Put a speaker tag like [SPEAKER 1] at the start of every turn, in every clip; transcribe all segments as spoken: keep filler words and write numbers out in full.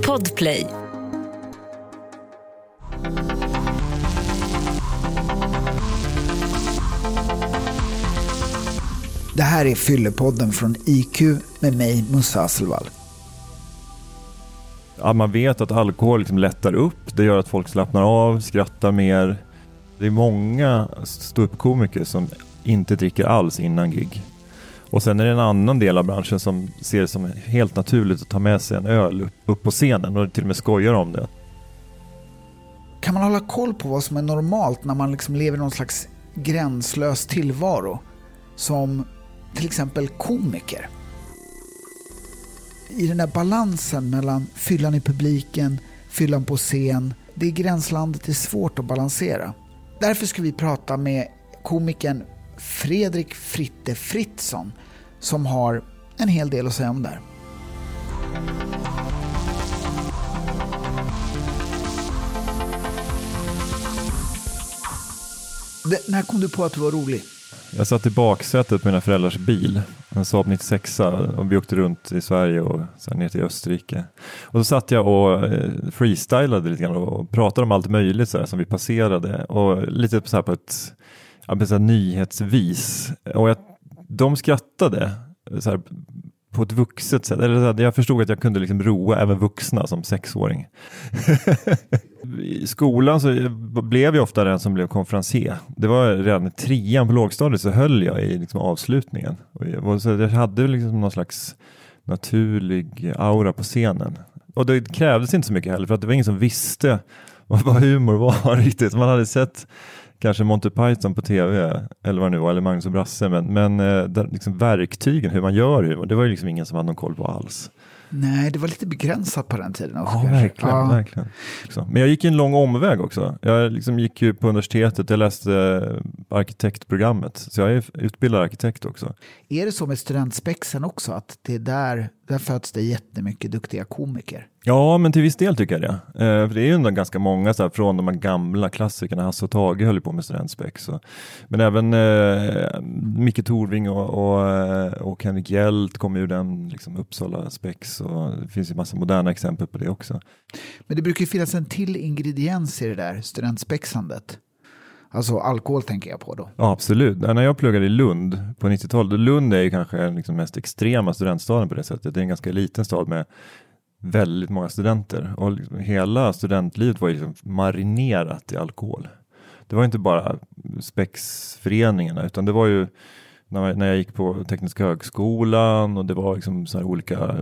[SPEAKER 1] Podplay.
[SPEAKER 2] Det här är Fyllepodden från I Q med mig, Musse Hasselvall.
[SPEAKER 3] Ja, man vet att alkohol liksom lättar upp. Det gör att folk slappnar av, skrattar mer. Det är många ståuppkomiker som inte dricker alls innan gig. Och sen är det en annan del av branschen som ser det som helt naturligt att ta med sig en öl upp, upp på scenen och till och med skojar om det.
[SPEAKER 2] Kan man hålla koll på vad som är normalt när man liksom lever någon slags gränslös tillvaro? Som till exempel komiker. I den där balansen mellan fyllan i publiken, fyllan på scen, det gränslandet är svårt att balansera. Därför ska vi prata med komikern Fredrik Fritte Fritzson som har en hel del att säga om det här. Det, när kom du på att du var rolig?
[SPEAKER 3] Jag satt i baksätet på mina föräldrars bil, en Saab nittiosex, och vi åkte runt i Sverige och sen ner till Österrike. Och så satt jag och eh, freestylade lite grann och pratade om allt möjligt så här, som vi passerade. Och lite så här på ett ja, så här nyhetsvis. Och jag, de skrattade så här, på ett vuxet sätt. Eller så här, jag förstod att jag kunde liksom roa även vuxna som sexåring. I skolan så blev jag ofta den som blev konferencier. Det var redan i trean på lågstadiet så höll jag i liksom avslutningen. Och jag, så jag hade liksom någon slags naturlig aura på scenen. Och det krävdes inte så mycket heller för att det var ingen som visste vad humor var riktigt. Man hade sett kanske Monty Python på tv eller vad det nu var, eller Magnus och Brasse. Men, men där, liksom verktygen, hur man gör humor, det var ju liksom ingen som hade någon koll på alls.
[SPEAKER 2] Nej, det var lite begränsat på den tiden också.
[SPEAKER 3] Ja, verkligen, ja. verkligen. Så. Men jag gick en lång omväg också. Jag liksom gick ju på universitetet, jag läste arkitektprogrammet. Så jag är utbildad arkitekt också.
[SPEAKER 2] Är det så med studentspexen också? Att det är där, där föds det jättemycket duktiga komiker?
[SPEAKER 3] Ja, men till viss del tycker jag det. Eh, för det är ju ändå ganska många så här, från de här gamla klassikerna. Hasse och Tage höll på med studentspex. Och, men även eh, Micke Torving och, och, och Henrik Hjelt kom ur den liksom, Uppsala spex. Och det finns ju massa moderna exempel på det också.
[SPEAKER 2] Men det brukar ju finnas en till ingrediens i det där studentspexandet. Alltså alkohol tänker jag på då.
[SPEAKER 3] Ja, absolut. När jag pluggade i Lund på nittiotalet. Lund är ju kanske liksom mest extrema studentstaden på det sättet. Det är en ganska liten stad med väldigt många studenter. Och liksom hela studentlivet var ju liksom marinerat i alkohol. Det var inte bara spexföreningarna utan det var ju när, när jag gick på Tekniska högskolan och det var liksom så här olika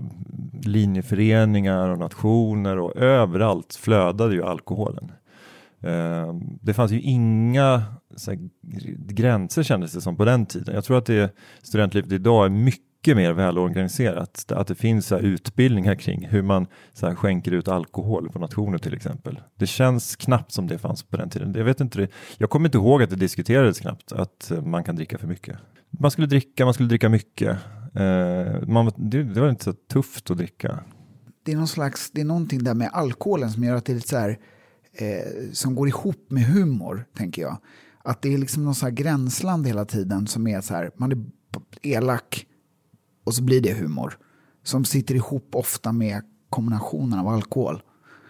[SPEAKER 3] linjeföreningar och nationer och överallt flödade ju alkoholen. Uh, det fanns ju inga så här, gränser kändes det som på den tiden. Jag tror att det studentlivet idag är mycket mer välorganiserat. Att det finns så här, utbildningar kring hur man så här, skänker ut alkohol på nationer till exempel. Det känns knappt som det fanns på den tiden. Jag vet inte det. Jag kommer inte ihåg att det diskuterades knappt att man kan dricka för mycket. Man skulle dricka, man skulle dricka mycket. Uh, man, det, det var inte så tufft att dricka.
[SPEAKER 2] Det är någon slags, det är någonting där med alkoholen som gör att det är lite så här Eh, som går ihop med humor, tänker jag. Att det är liksom någon så här gränsland hela tiden som är så här, man är elak och så blir det humor. Som sitter ihop ofta med kombinationen av alkohol.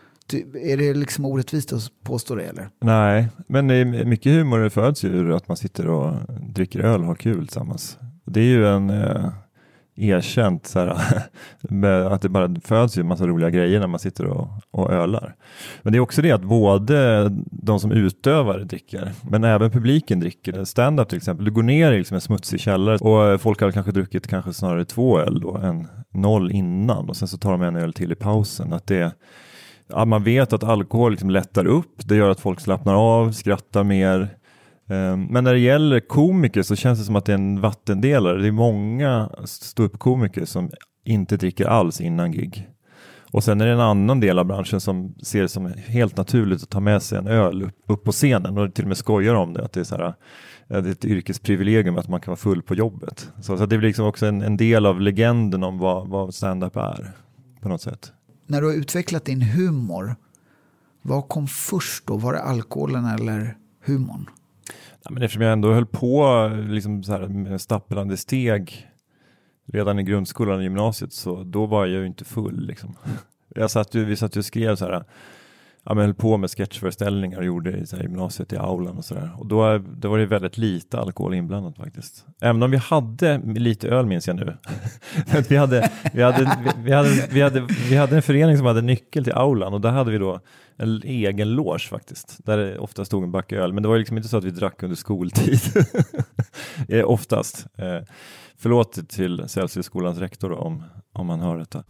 [SPEAKER 2] Är det liksom orättvist att påstå det eller? Nej,
[SPEAKER 3] men mycket humor föds ju ur att man sitter och dricker öl och har kul tillsammans. Det är ju en... Eh... erkänt så här, med att det bara föds ju en massa roliga grejer när man sitter och, och ölar. Men det är också det att både de som utövar dricker, men även publiken dricker. Stand-up till exempel, du går ner i liksom en smutsig källare och folk har kanske druckit kanske snarare två öl då än noll innan och sen så tar de en öl till i pausen. Att det, ja, man vet att alkohol liksom lättar upp, det gör att folk slappnar av, skrattar mer. Men när det gäller komiker så känns det som att det är en vattendelare. Det är många ståuppkomiker som inte dricker alls innan gig. Och sen är det en annan del av branschen som ser det som helt naturligt att ta med sig en öl upp, upp på scenen och till och med skojar om det. Att det är, så här, det är ett yrkesprivilegium att man kan vara full på jobbet. Så, så det blir liksom också en, en del av legenden om vad, vad stand-up är på något sätt.
[SPEAKER 2] När du har utvecklat din humor, vad kom först då? Var det alkoholen eller humorn?
[SPEAKER 3] Ja, men eftersom jag ändå höll på liksom så här med stapplande steg redan i grundskolan och gymnasiet så då var jag ju inte full liksom. Jag satt ju, vi satt ju och skrev så här, ja, men höll på med sketchföreställningar och gjorde i så här, gymnasiet i aulan och sådär. Och då, då var det väldigt lite alkohol inblandat faktiskt. Även om vi hade lite öl, minns jag nu. vi, hade, vi, hade, vi, hade, vi, hade, vi hade en förening som hade nyckel till aulan och där hade vi då en egen loge faktiskt. Där det ofta stod en back öl. Men det var liksom inte så att vi drack under skoltid. Oftast. Eh, förlåt till Celsius-skolans rektor då, om, om man hör detta.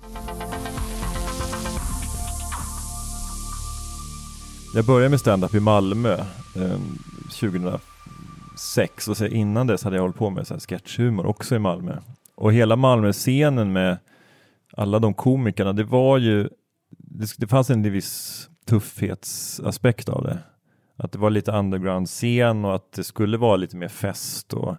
[SPEAKER 3] Jag började med stand-up i Malmö eh, tjugohundrasex och så innan dess hade jag hållit på med så här sketchhumor också i Malmö. Och hela Malmö-scenen med alla de komikerna, det var ju, det, det fanns en viss tuffhetsaspekt av det. Att det var lite underground-scen och att det skulle vara lite mer fest. Och,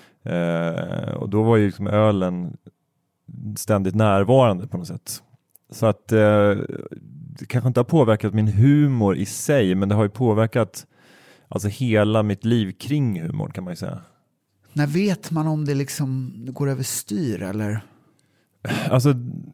[SPEAKER 3] eh, och då var ju liksom ölen ständigt närvarande på något sätt. Så att eh, det kanske inte har påverkat min humor i sig, men det har ju påverkat alltså hela mitt liv kring humor, kan man ju säga.
[SPEAKER 2] När vet man om det liksom går över styr eller?
[SPEAKER 3] Alltså,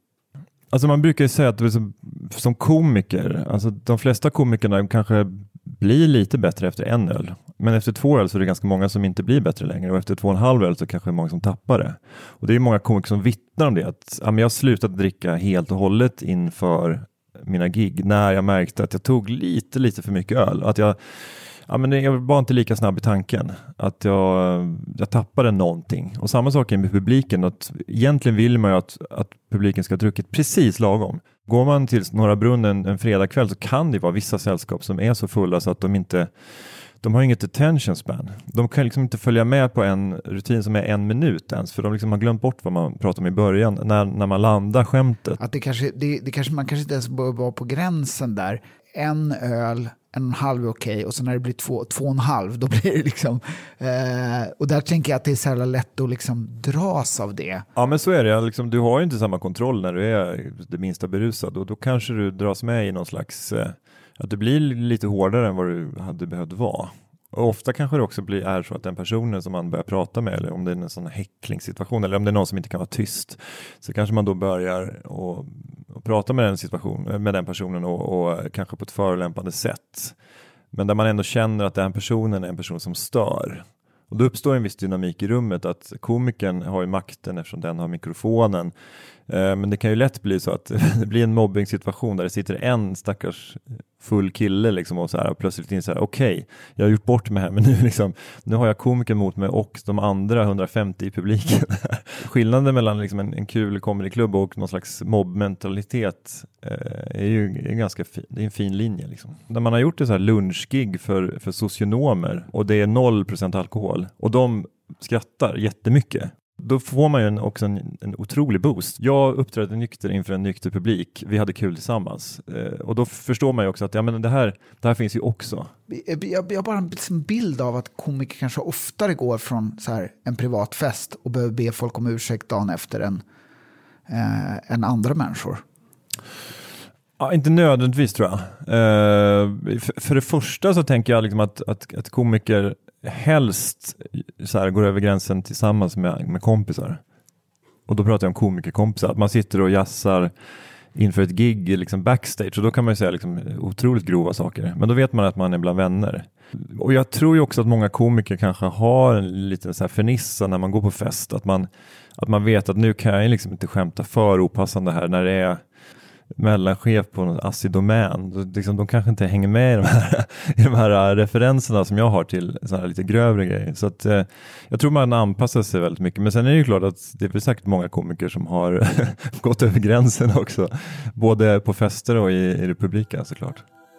[SPEAKER 3] alltså man brukar ju säga att som, som komiker, alltså de flesta komikerna kanske blir lite bättre efter en öl. Men efter två öl så är det ganska många som inte blir bättre längre. Och efter två och en halv öl så kanske det är många som tappar det. Och det är många komiker som vittnar om det. Att ja, men jag har slutat dricka helt och hållet inför mina gig. När jag märkte att jag tog lite, lite för mycket öl. Att jag, ja, men jag var inte lika snabb i tanken. Att jag, jag tappade någonting. Och samma sak med publiken. Att egentligen vill man ju att, att publiken ska ha druckit precis lagom. Går man till Norra Brunn en, en fredagkväll så kan det vara vissa sällskap som är så fulla så att de inte, de har inget attention span. De kan liksom inte följa med på en rutin som är en minut ens, för de liksom har glömt bort vad man pratade om i början när, när man landar skämtet.
[SPEAKER 2] Att det kanske, det, det kanske, man kanske inte ens bör vara på gränsen där. En öl, en och en halv är okej, och så när det blir två, två och en halv, då blir det liksom... Eh, och där tänker jag att det är så här lätt att liksom dras av det.
[SPEAKER 3] Ja, men så är det. Liksom, du har ju inte samma kontroll när du är det minsta berusad, och då kanske du dras med i någon slags... Eh, att det blir lite hårdare än vad du hade behövt vara. Och ofta kanske det också blir är så att den personen som man börjar prata med, eller om det är en sån häcklingssituation, eller om det är någon som inte kan vara tyst, så kanske man då börjar och, och prata med den, situation, med den personen och, och kanske på ett förolämpande sätt. Men där man ändå känner att den personen är en person som stör. Och då uppstår en viss dynamik i rummet, att komikern har ju makten eftersom den har mikrofonen. Eh, men det kan ju lätt bli så att det blir en mobbing-situation där det sitter en stackars full kille liksom och så här, och plötsligt inser så här, okej, okay, jag har gjort bort mig här, men nu, liksom, nu har jag komikern mot mig och de andra hundrafemtio i publiken. Skillnaden mellan liksom en, en kul comedyklubb och någon slags mobbmentalitet eh, är ju är ganska fin, det är en fin linje. Liksom. När man har gjort ett så här lunchgig för, för socionomer och det är noll procent alkohol och de skrattar jättemycket, då får man ju en, också en, en otrolig boost. Jag uppträdde nykter inför en nykter publik. Vi hade kul tillsammans. Eh, och då förstår man ju också att ja, men det, här, det här finns ju också.
[SPEAKER 2] Jag, jag, jag har bara en liksom bild av att komiker kanske oftare går från så här, en privat fest och behöver be folk om ursäkt dagen efter än, eh, än andra människor.
[SPEAKER 3] Ja, inte nödvändigtvis tror jag. Eh, för, för det första så tänker jag liksom att, att, att komiker helst så här, går över gränsen tillsammans med, med kompisar. Och då pratar jag om komikerkompisar. Att man sitter och jassar inför ett gig liksom backstage. Och då kan man ju säga liksom, otroligt grova saker. Men då vet man att man är bland vänner. Och jag tror ju också att många komiker kanske har en liten så här fernissa när man går på fest. Att man, att man vet att nu kan jag liksom inte skämta för opassande här när det är mellanchef på en Assi Domän. Liksom, de kanske inte hänger med i de här, i de här referenserna som jag har till såna här lite grövre grejer. Så att, eh, jag tror man anpassar sig väldigt mycket. Men sen är det ju klart att det är säkert många komiker som har gått över gränsen också. Både på fester och i, i republiken såklart.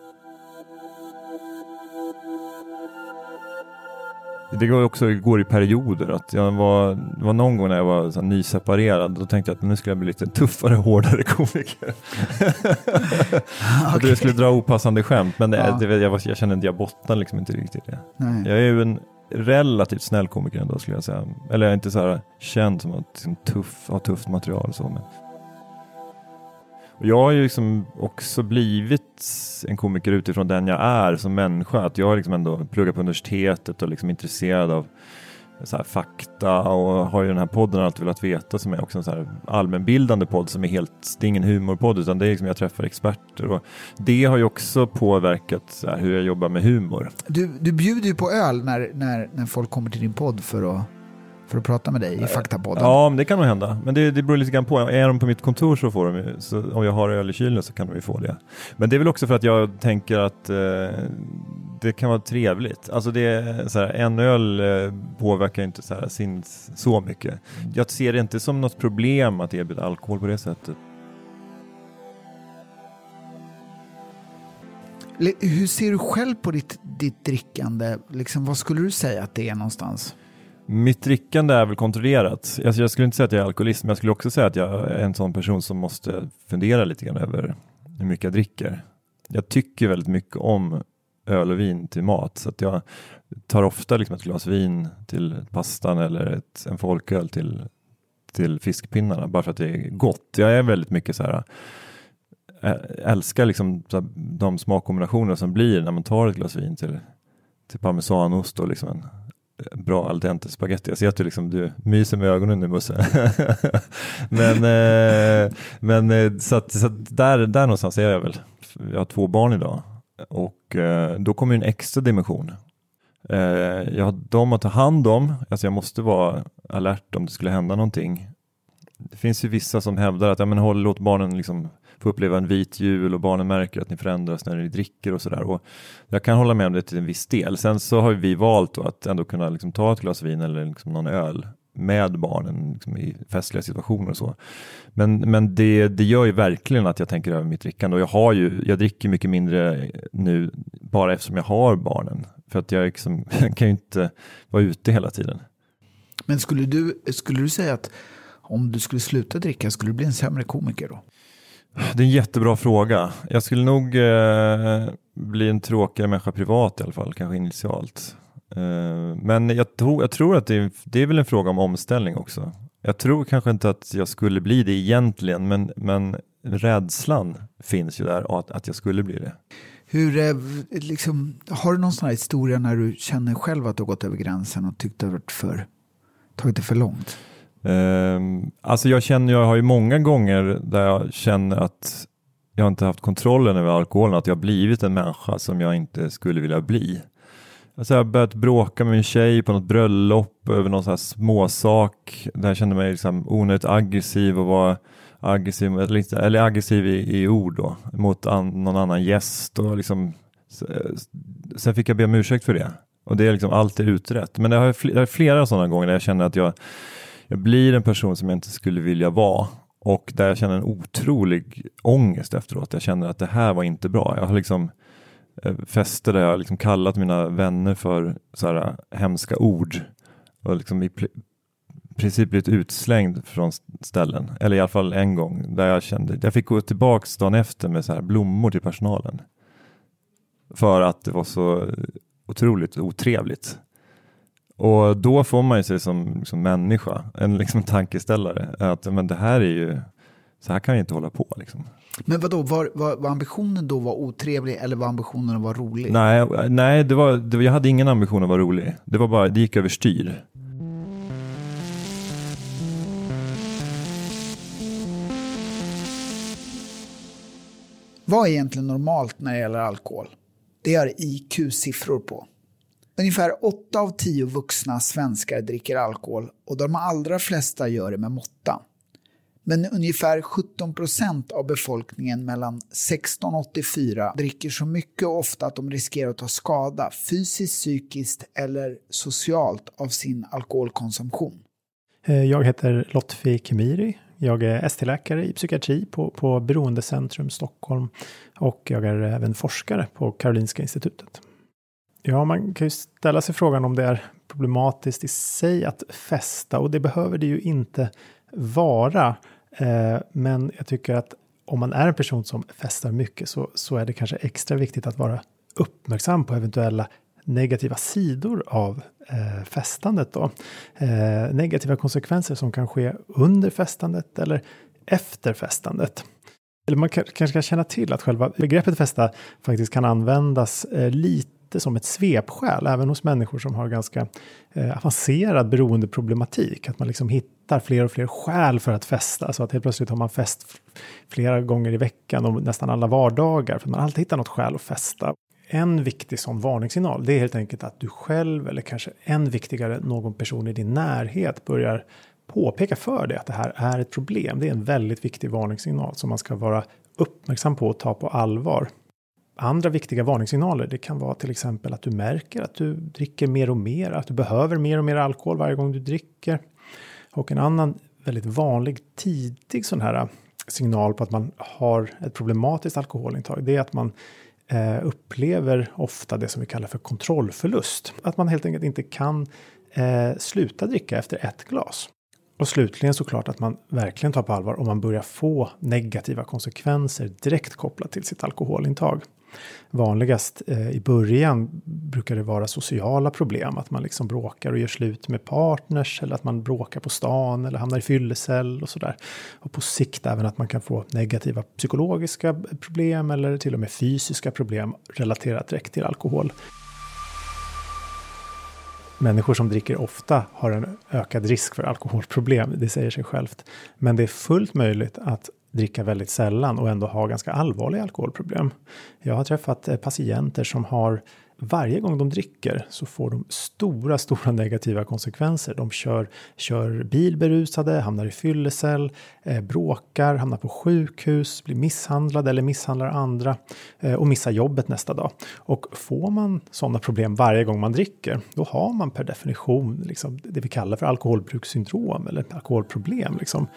[SPEAKER 3] Det går också går i perioder. Att jag var, det var någon gång när jag var så här nyseparerad. Då tänkte jag att nu skulle jag bli lite tuffare, hårdare komiker. Okay. Jag skulle dra opassande skämt. Men det, ja. det, jag, jag känner att jag bottnar liksom inte riktigt det. Nej. Jag är ju en relativt snäll komiker ändå skulle jag säga. Eller jag är inte så här känd som att liksom, tuff, ha tufft material. Så, men. Och jag har ju liksom också blivit en komiker utifrån den jag är som människa. Att jag har liksom ändå pluggat på universitetet och liksom intresserad av så här fakta och har ju den här podden alltid velat veta som är också en så här allmänbildande podd som är helt, det är ingen humorpodd utan det är liksom jag träffar experter och det har ju också påverkat så här, hur jag jobbar med humor.
[SPEAKER 2] Du, du bjuder ju på öl när, när, när folk kommer till din podd för att För att prata med dig i Faktapodden.
[SPEAKER 3] Ja, men det kan nog hända. Men det, det beror lite grann på. Är de på mitt kontor så får de ju, så om jag har öl i kylen så kan de ju få det. Men det är väl också för att jag tänker att eh, det kan vara trevligt. Alltså det är så här, en öl eh, påverkar inte så här sinns så mycket. Jag ser det inte som något problem att erbjuda alkohol på det sättet.
[SPEAKER 2] Hur ser du själv på ditt, ditt drickande? Liksom, vad skulle du säga att det är någonstans?
[SPEAKER 3] Mitt drickande är väl kontrollerat. Alltså jag skulle inte säga att jag är alkoholist, men jag skulle också säga att jag är en sån person som måste fundera lite grann över hur mycket jag dricker. Jag tycker väldigt mycket om öl och vin till mat, så att jag tar ofta liksom ett glas vin till pastan eller ett, en folköl till, till fiskpinnarna, bara för att det är gott. Jag är väldigt mycket så här, älskar liksom så här, de smakkombinationer som blir när man tar ett glas vin till, till parmesanost och liksom en bra al dente spaghetti. Jag ser att du liksom, du myser med ögonen nu, Musse. men eh, men så att, så att där, där någonstans är jag väl. Jag har två barn idag och eh, då kommer en extra dimension. Eh, jag har dem att ta hand om. Alltså jag måste vara alert om det skulle hända någonting. Det finns ju vissa som hävdar att ja, men håll, låt barnen liksom få uppleva en vit jul och barnen märker att ni förändras när ni dricker och sådär. Och jag kan hålla med om det till en viss del. Sen så har vi valt då att ändå kunna liksom ta ett glas vin eller liksom någon öl med barnen liksom i festliga situationer och så. Men, men det, det gör ju verkligen att jag tänker över mitt drickande. Och jag, har ju, jag dricker mycket mindre nu bara eftersom jag har barnen. För att jag liksom, kan ju inte vara ute hela tiden.
[SPEAKER 2] Men skulle du, skulle du säga att om du skulle sluta dricka, skulle du bli en sämre komiker då?
[SPEAKER 3] Det är en jättebra fråga. Jag skulle nog eh, bli en tråkigare människa privat i alla fall, kanske initialt. Eh, men jag, tro, jag tror att det är, det är väl en fråga om omställning också. Jag tror kanske inte att jag skulle bli det egentligen, men, men rädslan finns ju där att, att jag skulle bli det.
[SPEAKER 2] Hur, eh, liksom, har du någon sån här historia när du känner själv att du har gått över gränsen och tyckt att det varit för, tagit det för långt?
[SPEAKER 3] Um, alltså jag känner, jag har ju många gånger där jag känner att jag inte haft kontrollen över alkoholen, att jag har blivit en människa som jag inte skulle vilja bli. Alltså jag har börjat bråka med min tjej på något bröllop över någon sån här småsak där jag kände mig liksom onödigt aggressiv och var aggressiv, eller, eller aggressiv i, i ord då, mot an, någon annan gäst och liksom, sen fick jag be om ursäkt för det. Och det är liksom alltid utrett. Men det har flera, det har flera sådana gånger där jag känner att jag Jag blir en person som jag inte skulle vilja vara och där jag känner en otrolig ångest efteråt. Jag känner att det här var inte bra. Jag har liksom fester där jag har liksom kallat mina vänner för så här hemska ord och liksom i princip blivit utslängd från ställen. Eller i alla fall en gång där jag kände, jag fick gå tillbaka dagen efter med så här blommor till personalen. För att det var så otroligt otrevligt. Och då får man ju sig som, som människa en liksom tankeställare att men det här är ju, så här kan jag inte hålla på liksom.
[SPEAKER 2] Men vadå, var, var, var ambitionen då var otrevlig eller var ambitionen att vara rolig?
[SPEAKER 3] Nej, nej det var, det var, jag hade ingen ambition att vara rolig. Det var bara, det gick över styr.
[SPEAKER 2] Vad är egentligen normalt när det gäller alkohol? Det har I Q-siffror på. Ungefär åtta av tio vuxna svenskar dricker alkohol och de allra flesta gör det med måtta. Men ungefär sjutton procent av befolkningen mellan sexton och åttiofyra dricker så mycket och ofta att de riskerar att ta skada fysiskt, psykiskt eller socialt av sin alkoholkonsumtion.
[SPEAKER 1] Jag heter Lotfi Kemiri. Jag är S T-läkare i psykiatri på, på Beroendecentrum Stockholm och jag är även forskare på Karolinska institutet. Ja, man kan ju ställa sig frågan om det är problematiskt i sig att festa och det behöver det ju inte vara. Eh, men jag tycker att om man är en person som festar mycket så, så är det kanske extra viktigt att vara uppmärksam på eventuella negativa sidor av eh, festandet då. Eh, negativa konsekvenser som kan ske under festandet eller efter festandet. Eller man kanske ska känna till att själva begreppet festa faktiskt kan användas eh, lite som ett svepskäl, även hos människor som har ganska eh, avancerad beroendeproblematik. Att man liksom hittar fler och fler skäl för att festa. Så att helt plötsligt har man fest flera gånger i veckan och nästan alla vardagar. För man alltid hittar något skäl att festa. En viktig sån varningssignal, det är helt enkelt att du själv, eller kanske än viktigare någon person i din närhet, börjar påpeka för dig att det här är ett problem. Det är en väldigt viktig varningssignal som man ska vara uppmärksam på och ta på allvar. Andra viktiga varningssignaler, det kan vara till exempel att du märker att du dricker mer och mer, att du behöver mer och mer alkohol varje gång du dricker. Och en annan väldigt vanlig tidig sån här signal på att man har ett problematiskt alkoholintag, det är att man eh, upplever ofta det som vi kallar för kontrollförlust. Att man helt enkelt inte kan eh, sluta dricka efter ett glas. Och slutligen såklart att man verkligen tar på allvar om man börjar få negativa konsekvenser direkt kopplat till sitt alkoholintag. Vanligast eh, i början brukar det vara sociala problem. Att man liksom bråkar och gör slut med partners. Eller att man bråkar på stan eller hamnar i fyllecell och sådär. Och på sikt även att man kan få negativa psykologiska problem. Eller till och med fysiska problem relaterat direkt till alkohol. Människor som dricker ofta har en ökad risk för alkoholproblem, det säger sig självt. Men det är fullt möjligt att dricka väldigt sällan och ändå ha ganska allvarliga alkoholproblem. Jag har träffat patienter som har, varje gång de dricker så får de stora, stora negativa konsekvenser. De kör, kör bilberusade, hamnar i fyllecell, eh, bråkar, hamnar på sjukhus, blir misshandlade eller misshandlar andra eh, och missar jobbet nästa dag. Och får man sådana problem varje gång man dricker, då har man per definition liksom, det vi kallar för alkoholbrukssyndrom eller alkoholproblem. Liksom.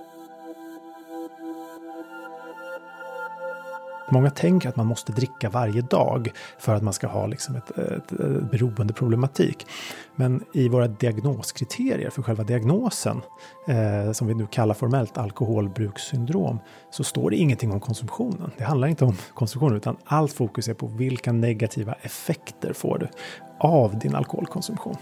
[SPEAKER 1] Många tänker att man måste dricka varje dag för att man ska ha liksom ett, ett, ett beroendeproblematik. Men i våra diagnoskriterier för själva diagnosen, eh, som vi nu kallar formellt alkoholbrukssyndrom, så står det ingenting om konsumtionen. Det handlar inte om konsumtion utan allt fokus är på vilka negativa effekter får du av din alkoholkonsumtion.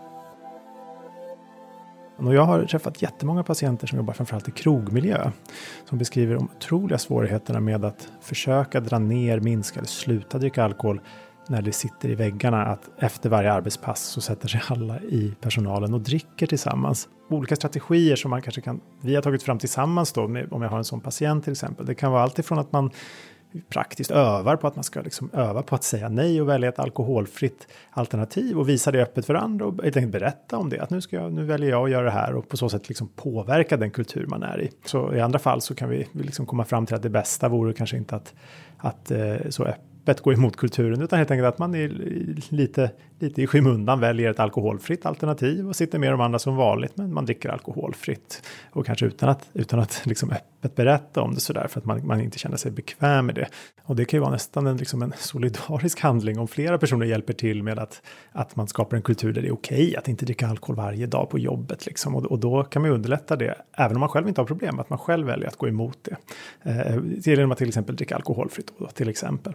[SPEAKER 1] Och jag har träffat jättemånga patienter som jobbar framförallt i krogmiljö som beskriver de otroliga svårigheterna med att försöka dra ner, minska eller sluta dricka alkohol när det sitter i väggarna, att efter varje arbetspass så sätter sig alla i personalen och dricker tillsammans. Olika strategier som man kanske kan, vi har tagit fram tillsammans då, med, om jag har en sån patient till exempel. Det kan vara allt ifrån att man praktiskt övar på att man ska liksom öva på att säga nej och välja ett alkoholfritt alternativ och visa det öppet för andra och helt enkelt berätta om det. Att nu, ska jag, nu väljer jag att göra det här och på så sätt liksom påverka den kultur man är i. Så i andra fall så kan vi liksom komma fram till att det bästa vore kanske inte att, att eh, så öppet gå emot kulturen utan helt enkelt att man är lite, lite i skymundan väljer ett alkoholfritt alternativ och sitter med de andra som vanligt men man dricker alkoholfritt och kanske utan att, utan att liksom öppet berätta om det sådär för att man, man inte känner sig bekväm med det. Och det kan ju vara nästan en, liksom en solidarisk handling om flera personer hjälper till med att, att man skapar en kultur där det är okej att inte dricka alkohol varje dag på jobbet. Liksom. Och, och då kan man ju underlätta det, även om man själv inte har problem, att man själv väljer att gå emot det. Eh, genom att till exempel dricka alkoholfritt då, till exempel.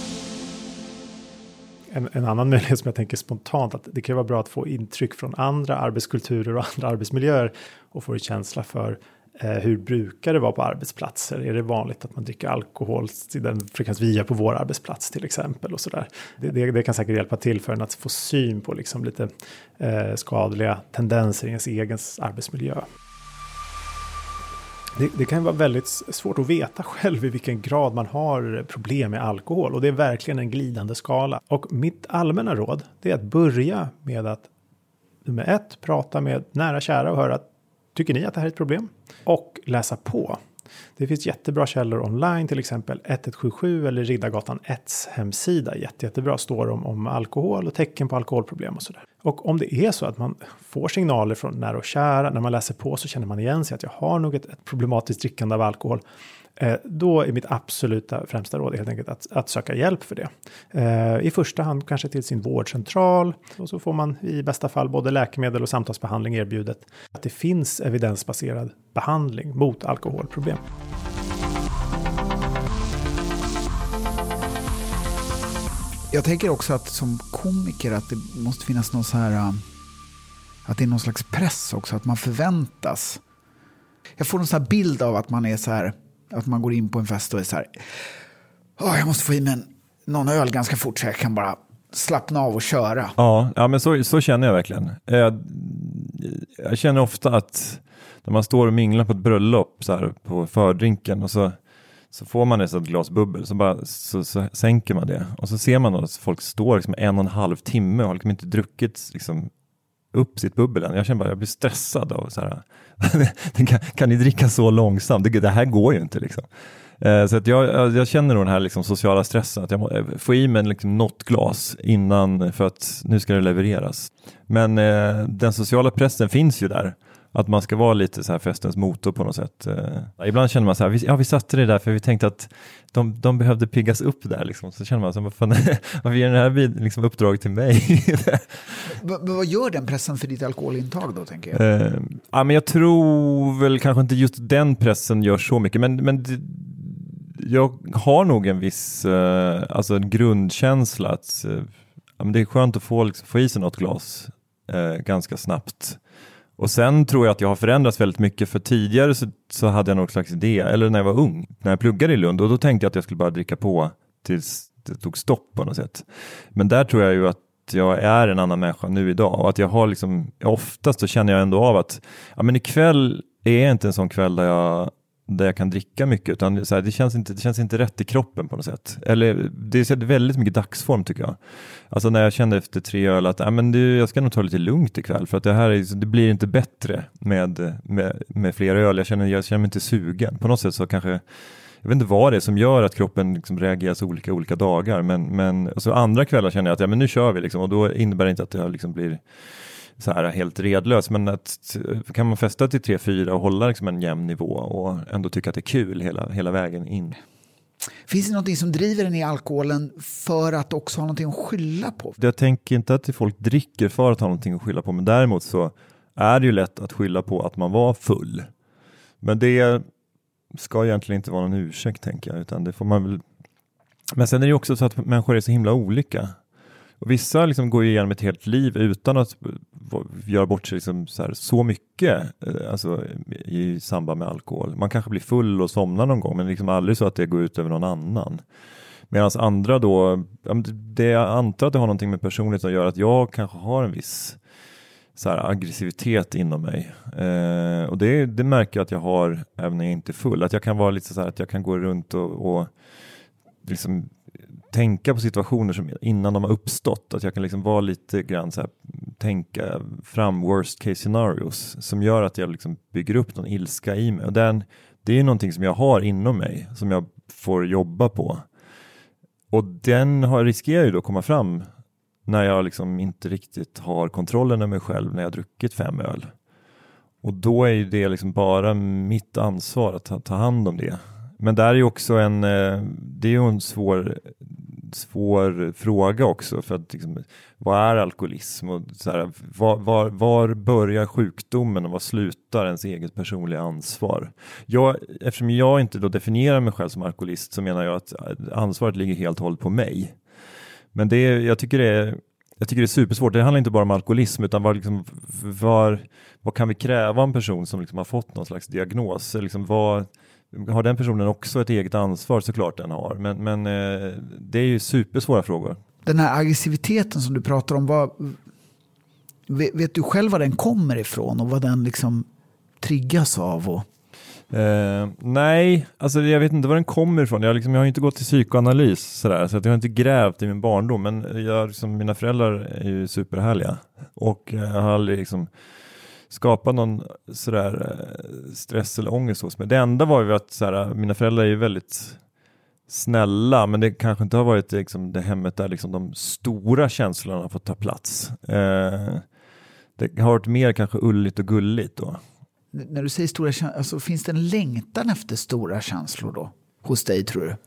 [SPEAKER 1] En, en annan möjlighet som jag tänker spontant, att det kan vara bra att få intryck från andra arbetskulturer och andra arbetsmiljöer och få en känsla för eh, hur brukar det vara på arbetsplatser. Är det vanligt att man dricker alkohol i den frekvens vi gör på vår arbetsplats till exempel och sådär. Det, det, det kan säkert hjälpa till för en att få syn på liksom lite eh, skadliga tendenser i ens egen arbetsmiljö. Det, det kan vara väldigt svårt att veta själv i vilken grad man har problem med alkohol. Och det är verkligen en glidande skala. Och mitt allmänna råd är att börja med att nummer ett, prata med nära kära och höra att tycker ni att det här är ett problem? Och läsa på. Det finns jättebra källor online, till exempel ett ett sju sju eller Riddargatan etts hemsida. Jätte, jättebra står om, om alkohol och tecken på alkoholproblem och sådär. Och om det är så att man får signaler från nära och kära, när man läser på så känner man igen sig att jag har nog ett, ett problematiskt drickande av alkohol. Eh, då är mitt absoluta främsta råd helt enkelt att, att söka hjälp för det. Eh, I första hand kanske till sin vårdcentral. Och så får man i bästa fall både läkemedel och samtalsbehandling erbjudet. Att det finns evidensbaserad behandling mot alkoholproblem.
[SPEAKER 2] Jag tänker också att som komiker att det måste finnas någon så här, att det är någon slags press också, att man förväntas. Jag får en sån här bild av att man är så här, Att man går in på en fest och är så här, oh, jag måste få i mig en, någon öl ganska fort så jag kan bara slappna av och köra.
[SPEAKER 3] Ja, ja men så, så känner jag verkligen. Jag, jag känner ofta att när man står och minglar på ett bröllop så här, på fördrinken och så, så får man ett glas bubbel så, bara, så, så sänker man det. Och så ser man att folk står liksom en och en halv timme och har liksom inte druckit liksom, upp sitt bubbel än. Jag känner bara jag blir stressad av så här. kan, kan ni dricka så långsamt? Det, det här går ju inte liksom. Så att jag, jag känner nog den här liksom sociala stressen att jag må, får i mig liksom något glas innan för att nu ska det levereras. Men eh, den sociala pressen finns ju där. Att man ska vara lite så här festens motor på något sätt. Eh, ibland känner man så här, vi, ja vi satte det där för vi tänkte att de, de behövde piggas upp där liksom. Så känner man så här, varför ger den här liksom uppdrag till mig?
[SPEAKER 2] v- vad gör den pressen för ditt alkoholintag då, tänker jag?
[SPEAKER 3] Eh, ja men jag tror väl kanske inte just den pressen gör så mycket. Men, men det, jag har nog en viss eh, alltså en grundkänsla att eh, ja, men det är skönt att få, liksom, få i sig något glas eh, ganska snabbt. Och sen tror jag att jag har förändrats väldigt mycket, för tidigare så, så hade jag någon slags idé, eller när jag var ung, när jag pluggade i Lund, och då tänkte jag att jag skulle bara dricka på tills det tog stopp på något sätt. Men där tror jag ju att jag är en annan människa nu idag, och att jag har liksom, oftast så känner jag ändå av att ja, men ikväll är inte en sån kväll där jag där jag kan dricka mycket, utan så här, det, känns inte, det känns inte rätt i kroppen på något sätt. Eller det är väldigt mycket dagsform tycker jag. Alltså när jag kände efter tre öl att äh, men det, jag ska nog ta lite lugnt ikväll, för att det här är, det blir inte bättre med, med, med fler öl. Jag känner, jag känner mig inte sugen. På något sätt så kanske, jag vet inte vad det är som gör att kroppen liksom reagerar så olika olika dagar, men, men så andra kvällar känner jag att ja, men nu kör vi liksom, och då innebär det inte att jag liksom blir så här helt redlös, men att kan man festa till tre fyra och hålla liksom en jämn nivå och ändå tycka att det är kul hela, hela vägen in.
[SPEAKER 2] Finns det något som driver en i alkoholen för att också ha någonting att skylla på?
[SPEAKER 3] Jag tänker inte att folk dricker för att ha någonting att skylla på, men däremot så är det ju lätt att skylla på att man var full. Men det ska egentligen inte vara någon ursäkt, tänker jag, utan det får man väl. Men sen är det ju också så att människor är så himla olika. Och vissa liksom går ju igenom ett helt liv utan att göra bort sig liksom så, här, så mycket alltså, i samband med alkohol. Man kanske blir full och somnar någon gång, men liksom aldrig så att det går ut över någon annan. Medan andra då, det jag antar att det har någonting med personlighet som gör att jag kanske har en viss så här, aggressivitet inom mig. Eh, och det, det märker jag att jag har även när jag inte är full. Att jag kan vara lite så här, att jag kan gå runt och, och liksom tänka på situationer som innan de har uppstått, att jag kan liksom vara lite grann så här, tänka fram worst case scenarios som gör att jag liksom bygger upp någon ilska i mig, och den, det är ju någonting som jag har inom mig som jag får jobba på, och den har, riskerar ju då att komma fram när jag liksom inte riktigt har kontrollen över mig själv när jag har druckit fem öl, och då är ju det liksom bara mitt ansvar att ta, ta hand om det. Men där är ju också en, det är ju en svår, svår fråga också, för att liksom, vad är alkoholism och så här, var, var, var börjar sjukdomen och var slutar ens eget personliga ansvar? Jag, eftersom jag inte då definierar mig själv som alkoholist, så menar jag att ansvaret ligger helt och hållet på mig. Men det är, jag tycker det är, jag tycker det är supersvårt. Det handlar inte bara om alkoholism, utan var, liksom, var, vad kan vi kräva av en person som liksom har fått någon slags diagnos? Liksom, vad har den personen också ett eget ansvar? Såklart den har. Men, men eh, det är ju supersvåra frågor. Den
[SPEAKER 2] här aggressiviteten som du pratar om, vad, vet, vet du själv var den kommer ifrån och vad den liksom triggas av? Och...
[SPEAKER 3] Eh, nej, alltså jag vet inte var den kommer ifrån. Jag, liksom, jag har inte gått till psykoanalys sådär, så att jag har inte grävt i min barndom. Men jag, liksom, mina föräldrar är ju superhärliga. Och jag har aldrig liksom skapa någon sådär stress eller ångest hos mig. Det enda var ju att sådär, mina föräldrar är ju väldigt snälla, men det kanske inte har varit liksom, det hemmet där liksom, de stora känslorna har fått ta plats. Eh, det har varit mer kanske ulligt och gulligt då.
[SPEAKER 2] N- när du säger stora känslor, alltså, finns det en längtan efter stora känslor då hos dig, tror du?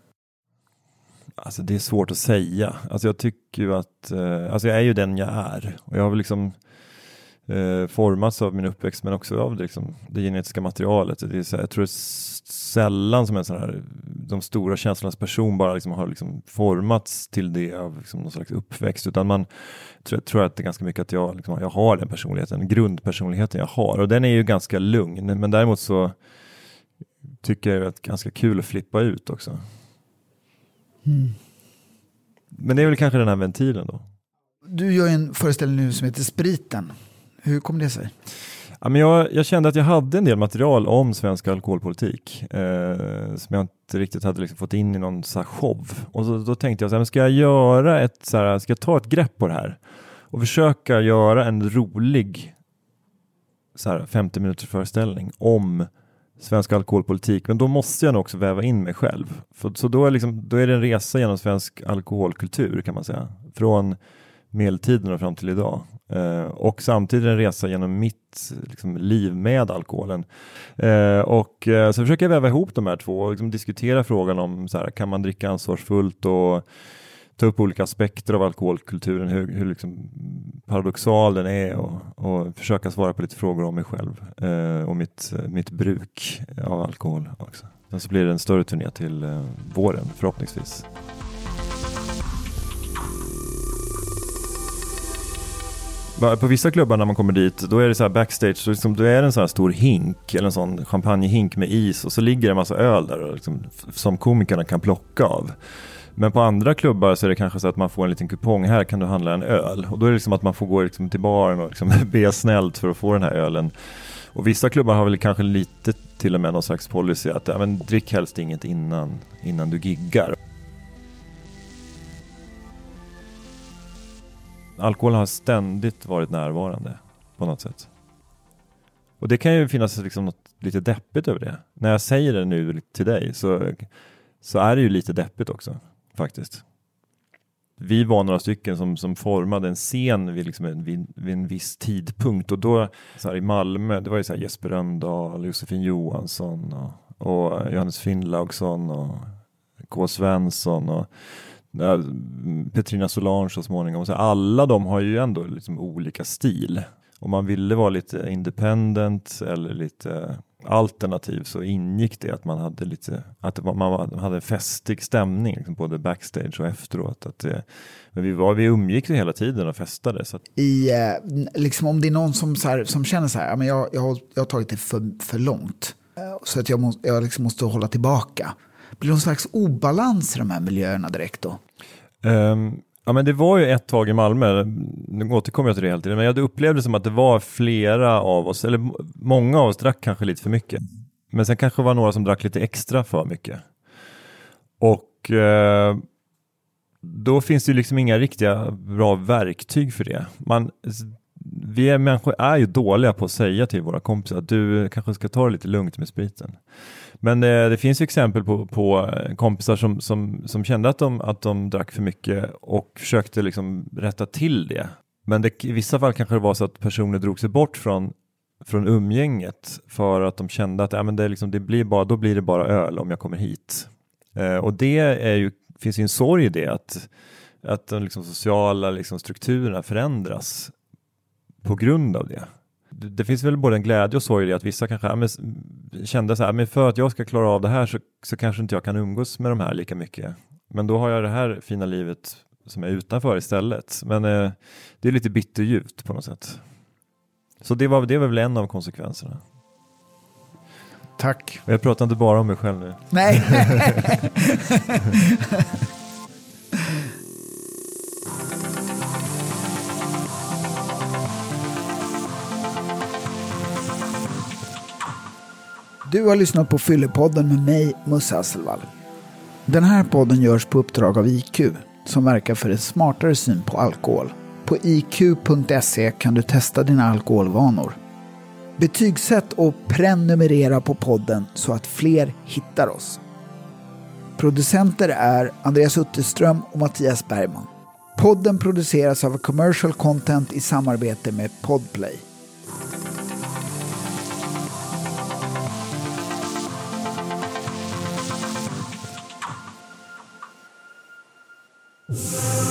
[SPEAKER 3] Alltså det är svårt att säga. Alltså jag tycker ju att eh, alltså jag är ju den jag är, och jag har väl liksom Eh, formats av min uppväxt, men också av det, liksom, det genetiska materialet. Det är så här, jag tror det är sällan som en sån här, de stora känslornas person bara liksom har liksom formats till det av liksom någon slags uppväxt, utan man tror, tror att det är ganska mycket att jag, liksom, jag har den personligheten, grundpersonligheten jag har, och den är ju ganska lugn, men däremot så tycker jag är ganska kul att flippa ut också.
[SPEAKER 2] Mm.
[SPEAKER 3] Men det är väl kanske den här ventilen då.
[SPEAKER 2] Du gör en föreställning nu som heter Spriten. Hur kom det sig?
[SPEAKER 3] Ja, men jag, jag kände att jag hade en del material om svensk alkoholpolitik eh, som jag inte riktigt hade liksom fått in i någon så här show. Och så, då tänkte jag, så här, men ska jag göra ett, så här, ska jag ta ett grepp på det här och försöka göra en rolig så här, femtio minuters föreställning om svensk alkoholpolitik, men då måste jag nog också väva in mig själv. För, så då är, liksom, då är det en resa genom svensk alkoholkultur kan man säga. Från medeltiden och fram till idag. Eh, och samtidigt en resa genom mitt liksom, liv med alkoholen. Eh, och eh, så försöker jag väva ihop de här två och liksom, diskutera frågan om så här, kan man dricka ansvarsfullt och ta upp olika aspekter av alkoholkulturen, hur, hur liksom paradoxal den är och, och försöka svara på lite frågor om mig själv eh, och mitt, mitt bruk av alkohol också. Sen så blir det en större turné till eh, våren förhoppningsvis. På vissa klubbar när man kommer dit, då är det så här backstage, så liksom, då är det en sån här stor hink eller en sån champagnehink med is och så ligger det en massa öl där och liksom, som komikerna kan plocka av. Men på andra klubbar så är det kanske så att man får en liten kupong, här kan du handla en öl. Och då är det liksom att man får gå liksom till baren och liksom be snällt för att få den här ölen. Och vissa klubbar har väl kanske lite till och med någon slags policy att ja, men drick helst inget innan, innan du giggar. Alkohol har ständigt varit närvarande på något sätt. Och det kan ju finnas liksom något lite deppigt över det. När jag säger det nu till dig så, så är det ju lite deppigt också faktiskt. Vi var några stycken som, som formade en scen vid, liksom en, vid, vid en viss tidpunkt. Och då så här, i Malmö, det var ju så här Jesper Rönndahl, Josefin Johansson och, och Johannes Finnlaugsson och K. Svensson och Petrina Solange så småningom. Så alla de har ju ändå liksom olika stil. Om man ville vara lite independent eller lite alternativ så ingick det att man hade lite att man hade en festig stämning liksom både backstage och efteråt. Att det, men vi, var, vi umgick hela tiden och festade. Så att...
[SPEAKER 2] I, liksom om det är någon som, så här, som känner så här, jag, jag, har, jag har tagit det för, för långt så att jag, må, jag liksom måste hålla tillbaka. Blir det någon slags obalans i de här miljöerna direkt då?
[SPEAKER 3] Um, ja, men det var ju ett tag i Malmö, nu återkommer jag till det hela tiden, men jag upplevde som att det var flera av oss, eller många av oss drack kanske lite för mycket. Men sen kanske var några som drack lite extra för mycket. Och uh, då finns det ju liksom inga riktiga bra verktyg för det. Man, vi är, människor är ju dåliga på att säga till våra kompisar att du kanske ska ta det lite lugnt med spriten. Men det, det finns ju exempel på, på kompisar som, som, som kände att de, att de drack för mycket och försökte liksom rätta till det. Men det, i vissa fall kanske det var så att personer drog sig bort från, från umgänget för att de kände att ja, men det, liksom, det blir bara, då blir det bara öl om jag kommer hit. Eh, och det är ju, finns ju en sorg i det att, att de liksom sociala liksom, strukturerna förändras på grund av det. Det finns väl både en glädje och sorg i att vissa kanske ja, men, kände så här, men för att jag ska klara av det här så, så kanske inte jag kan umgås med de här lika mycket. Men då har jag det här fina livet som är utanför istället. Men eh, det är lite bitterljuvt på något sätt. Så det var, det var väl en av konsekvenserna.
[SPEAKER 2] Tack.
[SPEAKER 3] Och jag pratar inte bara om mig själv nu.
[SPEAKER 2] Nej. Du har lyssnat på Fyllepodden med mig, Musse Hasselvall. Den här podden görs på uppdrag av I Q, som verkar för en smartare syn på alkohol. På i q punkt se kan du testa dina alkoholvanor. Betygsätt och prenumerera på podden så att fler hittar oss. Producenter är Andreas Utterström och Mattias Bergman. Podden produceras av Commercial Content i samarbete med Podplay. You